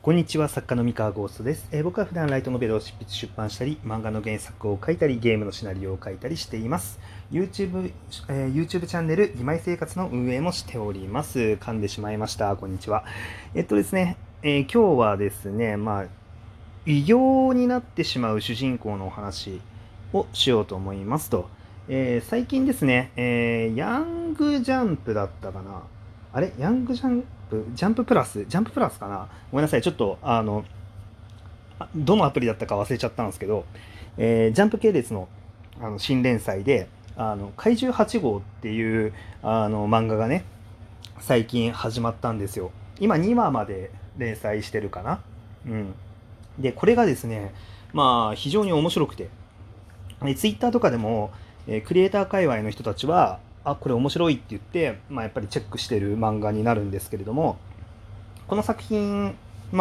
こんにちは、作家の三河ゴーストです。僕は普段ライトノベルを執筆出版したり、漫画の原作を書いたり、ゲームのシナリオを書いたりしています。YouTube チャンネル、義妹生活の運営もしております。噛んでしまいました。こんにちは。ですね、今日はですね、異形になってしまう主人公のお話をしようと思いますと。最近ですね、ヤングジャンプだったかな。ヤングジャンプ、ジャンププラスかな。ごめんなさい、ちょっと、どのアプリだったか忘れちゃったんですけど、ジャンプ系列の新連載で、怪獣8号っていう漫画がね、最近始まったんですよ。今2話まで連載してるかな。うん。で、これがですね、非常に面白くて、ツイッターとかでも、クリエイター界隈の人たちは、これ面白いって言って、やっぱりチェックしてる漫画になるんですけれども、この作品、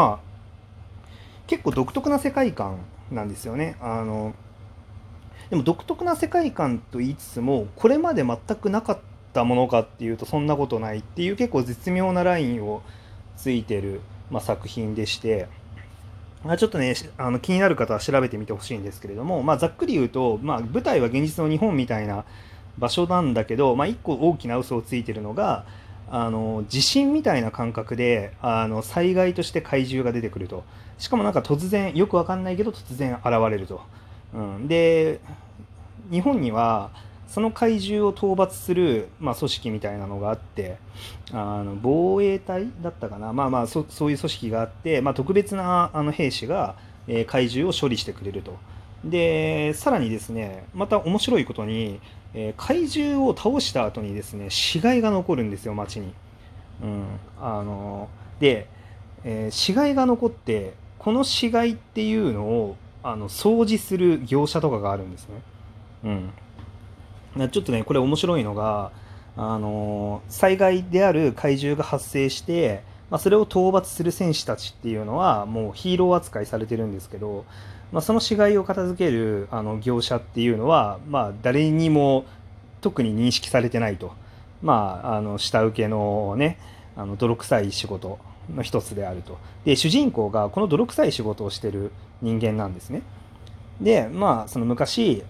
結構独特な世界観なんですよね。でも独特な世界観と言いつつも、これまで全くなかったものかっていうとそんなことないっていう結構絶妙なラインをついてる、作品でして、ちょっとね、気になる方は調べてみてほしいんですけれども、ざっくり言うと、舞台は現実の日本みたいな場所なんだけど、一個大きな嘘をついてるのが、地震みたいな感覚で災害として怪獣が出てくると。しかもなんか突然よくわかんないけど突然現れると。で、日本にはその怪獣を討伐する、組織みたいなのがあって、防衛隊だったかな。そういう組織があって、特別な兵士が、怪獣を処理してくれると。で、さらにですね、また面白いことに、怪獣を倒した後にですね、死骸が残るんですよ、街に。うん。で、死骸が残って、この死骸っていうのを、掃除する業者とかがあるんですね。うん。ちょっとね、これ面白いのが、災害である怪獣が発生して、それを討伐する戦士たちっていうのはもうヒーロー扱いされてるんですけど、その死骸を片付ける業者っていうのは、誰にも特に認識されてないと。下請けのね、泥臭い仕事の一つであると。で、主人公がこの泥臭い仕事をしてる人間なんですね。で、その昔、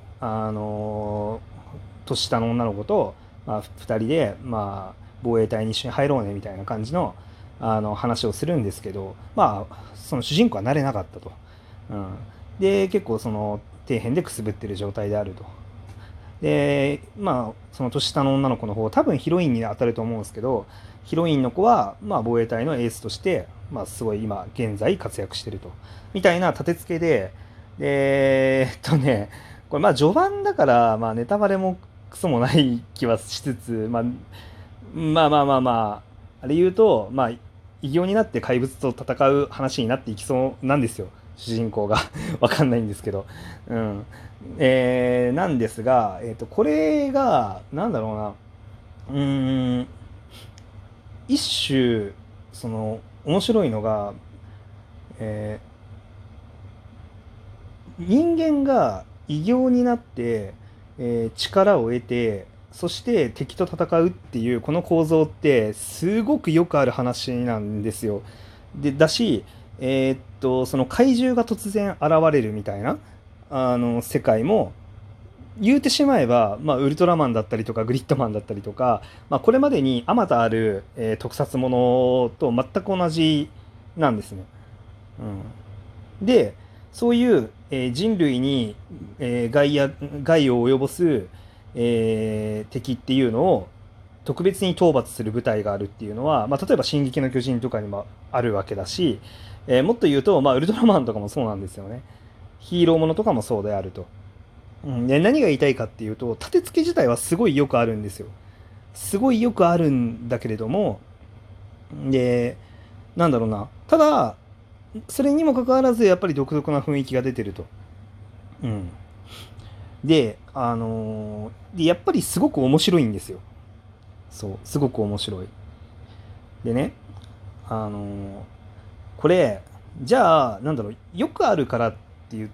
年下の女の子と、2人で、防衛隊に一緒に入ろうねみたいな感じの話をするんですけど、その主人公は慣れなかったと。うん、で、結構その底辺でくすぶってる状態であると。で、その年下の女の子の方、多分ヒロインに当たると思うんですけど、ヒロインの子は、防衛隊のエースとして、すごい今現在活躍してると。みたいな立て付けで、これ序盤だから、ネタバレもクソもない気はしつつ、あれ言うと、異形になって怪物と戦う話になっていきそうなんですよ。主人公がわかんないんですけど。うん。なんですが、これが、なんだろうな。うーん、一種、面白いのが、え人間が異形になって、力を得て、そして敵と戦うっていうこの構造ってすごくよくある話なんですよ。で、だし、その怪獣が突然現れるみたいな世界も言うてしまえば、ウルトラマンだったりとかグリッドマンだったりとか、これまでにあまたある、特撮ものと全く同じなんですね。で、そういう、人類に、害を及ぼす、敵っていうのを特別に討伐する部隊があるっていうのは、例えば「進撃の巨人」とかにもあるわけだし、もっと言うと、ウルトラマンとかもそうなんですよね。ヒーローものとかもそうであると。で、何が言いたいかっていうと、立て付け自体はすごいよくあるんですよ。すごいよくあるんだけれども、で、なんだろうな。ただ、それにもかかわらず、やっぱり独特な雰囲気が出てると。うん。で、やっぱりすごく面白いんですよ。そう、すごく面白い。でね、あのーこれ、じゃあ、よくあるからって言って、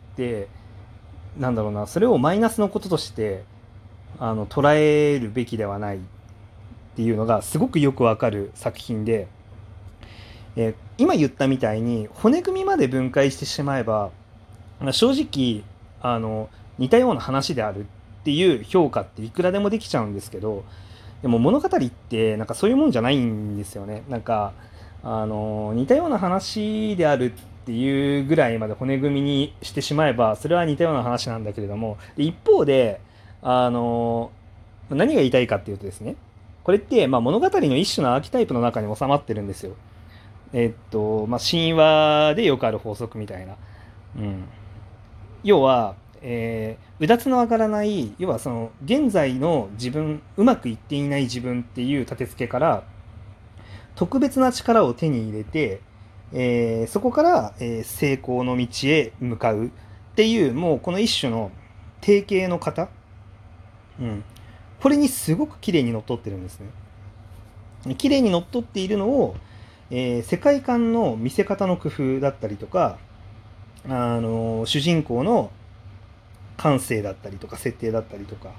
それをマイナスのこととして、捉えるべきではないっていうのが、すごくよくわかる作品で、 今言ったみたいに骨組みまで分解してしまえば正直似たような話であるっていう評価っていくらでもできちゃうんですけど、でも物語ってなんかそういうもんじゃないんですよね。なんか似たような話であるっていうぐらいまで骨組みにしてしまえばそれは似たような話なんだけれども、で一方で何が言いたいかっていうとですね、これって、物語の一種のアーキタイプの中に収まってるんですよ。神話でよくある法則みたいな。うん、要は、うだつの上がらない、要はその現在の自分、うまくいっていない自分っていう立て付けから特別な力を手に入れて、そこから、成功の道へ向かうっていう、もうこの一種の定型の型、うん、これにすごく綺麗にのっとってるんですね。綺麗にのっとっているのを、世界観の見せ方の工夫だったりとか、主人公の感性だったりとか設定だったりとか、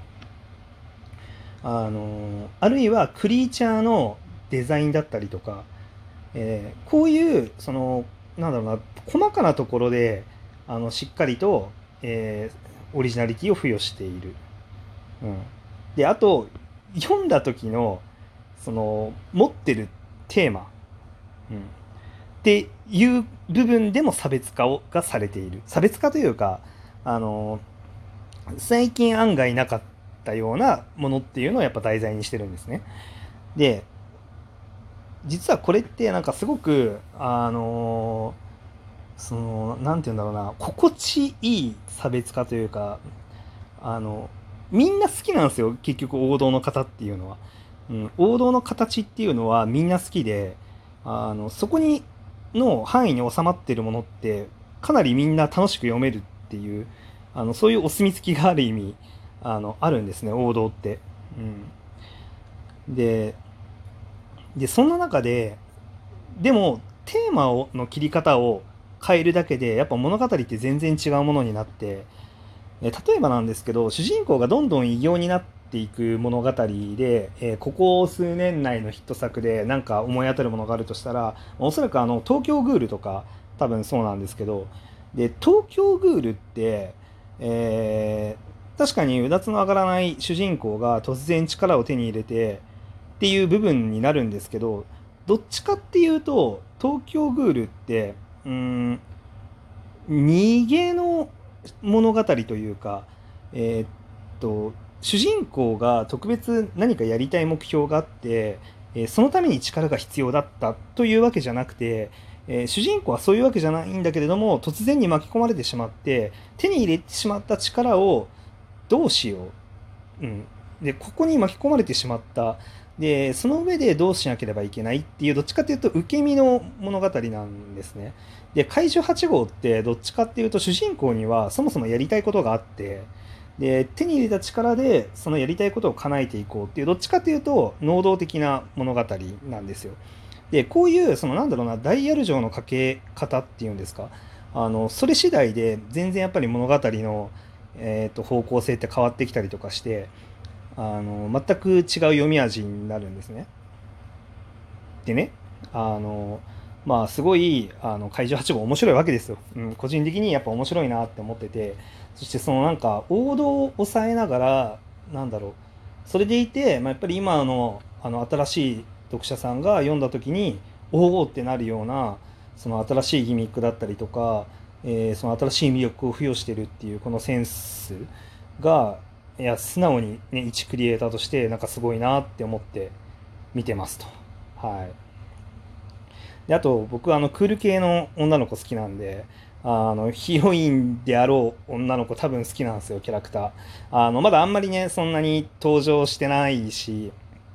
あるいはクリーチャーのデザインだったりとか、こういうそのなんだろうな、細かなところでしっかりと、オリジナリティを付与している。うん、であと読んだ時のその持ってるテーマ、っていう部分でも差別化がされている。差別化というか最近案外なかったようなものっていうのをやっぱ題材にしてるんですね。で実はこれってなんかすごくそのなんて言うんだろうな、心地いい差別化というかみんな好きなんですよ、結局王道の型っていうのは。王道の形っていうのはみんな好きで、そこにの範囲に収まってるものってかなりみんな楽しく読めるっていう、そういうお墨付きがある意味あるんですね、王道って。でそんな中ででもテーマの切り方を変えるだけでやっぱ物語って全然違うものになって、例えばなんですけど、主人公がどんどん異形になっていく物語で、ここ数年内のヒット作でなんか思い当たるものがあるとしたら、おそらく東京グールとか多分そうなんですけど、で東京グールって、確かにうだつの上がらない主人公が突然力を手に入れてっていう部分になるんですけど、どっちかっていうと東京グールって逃げの物語というか、えーっ主人公が特別何かやりたい目標があって、そのために力が必要だったというわけじゃなくて、主人公はそういうわけじゃないんだけれども突然に巻き込まれてしまって手に入れてしまった力をどうしよう、でここに巻き込まれてしまった。でその上でどうしなければいけないっていう、どっちかというと受け身の物語なんですね。で怪獣8号ってどっちかっていうと主人公にはそもそもやりたいことがあって、で手に入れた力でそのやりたいことを叶えていこうっていう、どっちかというと能動的な物語なんですよ。でこういうそのなんだろうな、ダイヤル錠のかけ方っていうんですか、それ次第で全然やっぱり物語の、方向性って変わってきたりとかして、全く違う読み味になるんですね。でね、すごい怪獣8号面白いわけですよ、個人的にやっぱ面白いなって思ってて、そしてそのなんか王道を抑えながら、なんだろう、それでいて、やっぱり今の新しい読者さんが読んだ時におおってなるような、その新しいギミックだったりとか、その新しい魅力を付与してるっていうこのセンスが、いや素直にね、一クリエイターとしてなんかすごいなって思って見てますと。はい。であと僕はクール系の女の子好きなんで、ヒロインであろう女の子多分好きなんですよ、キャラクター。まだあんまりねそんなに登場してないし、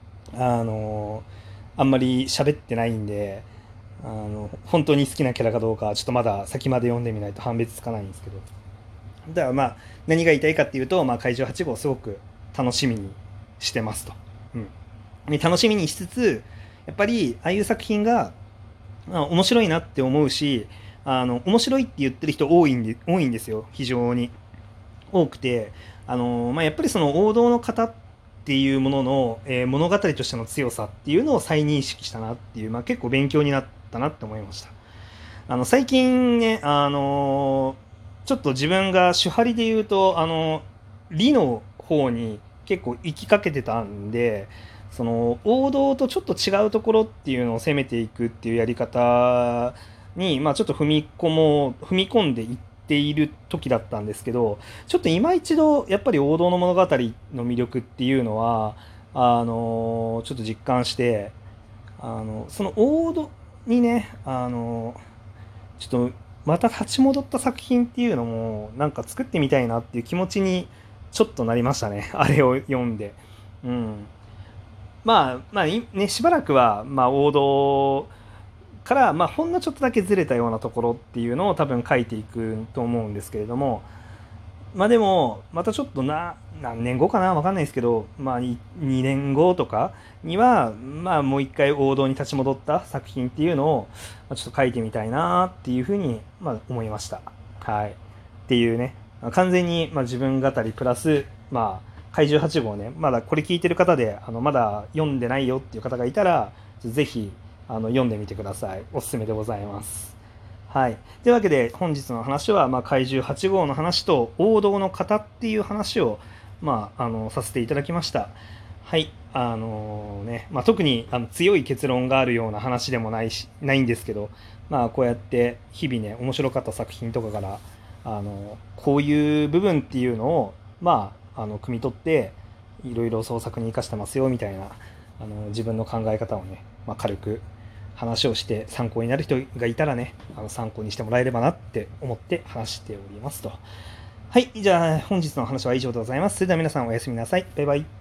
あんまり喋ってないんで、本当に好きなキャラかどうかちょっとまだ先まで読んでみないと判別つかないんですけど、だから何が言いたいかっていうと、怪獣8号すごく楽しみにしてますと。楽しみにしつつ、やっぱりああいう作品が面白いなって思うし、面白いって言ってる人多いんですよ、非常に多くて、やっぱりその王道の方っていうものの、物語としての強さっていうのを再認識したなっていう、結構勉強になっったなって思いました。最近ね、ちょっと自分が手張りで言うと、理の方に結構行きかけてたんで、その王道とちょっと違うところっていうのを攻めていくっていうやり方に、まあ、ちょっと踏み込んでいっている時だったんですけど、ちょっと今一度やっぱり王道の物語の魅力っていうのはちょっと実感して、その王道にね、ちょっとまた立ち戻った作品っていうのもなんか作ってみたいなっていう気持ちにちょっとなりましたね。あれを読んで。うん。ね、しばらくは、まあ、王道から、まあ、ほんのちょっとだけずれたようなところっていうのを多分書いていくと思うんですけれども、まあでもまたちょっと何年後かな、わかんないですけど、まあ、2年後とかには、まあ、もう一回王道に立ち戻った作品っていうのを、まあ、ちょっと書いてみたいなっていうふうに、まあ、思いました。はい。っていうね、完全に、まあ、自分語りプラス、まあ、怪獣8号ね、まだこれ聞いてる方でまだ読んでないよっていう方がいたら、ぜひ読んでみてください。おすすめでございます。はい。というわけで本日の話は、まあ、怪獣8号の話と王道の型っていう話を、まあ、させていただきました。はい。まあ、特に強い結論があるような話でもないんですけど、まあ、こうやって日々ね、面白かった作品とかから、こういう部分っていうのを、まあ、汲み取って、いろいろ創作に生かしてますよみたいな、自分の考え方をね、まあ、軽く話をして参考になる人がいたらね、参考にしてもらえればなって思って話しておりますと。はい、じゃあ本日の話は以上でございます。それでは皆さんおやすみなさい。バイバイ。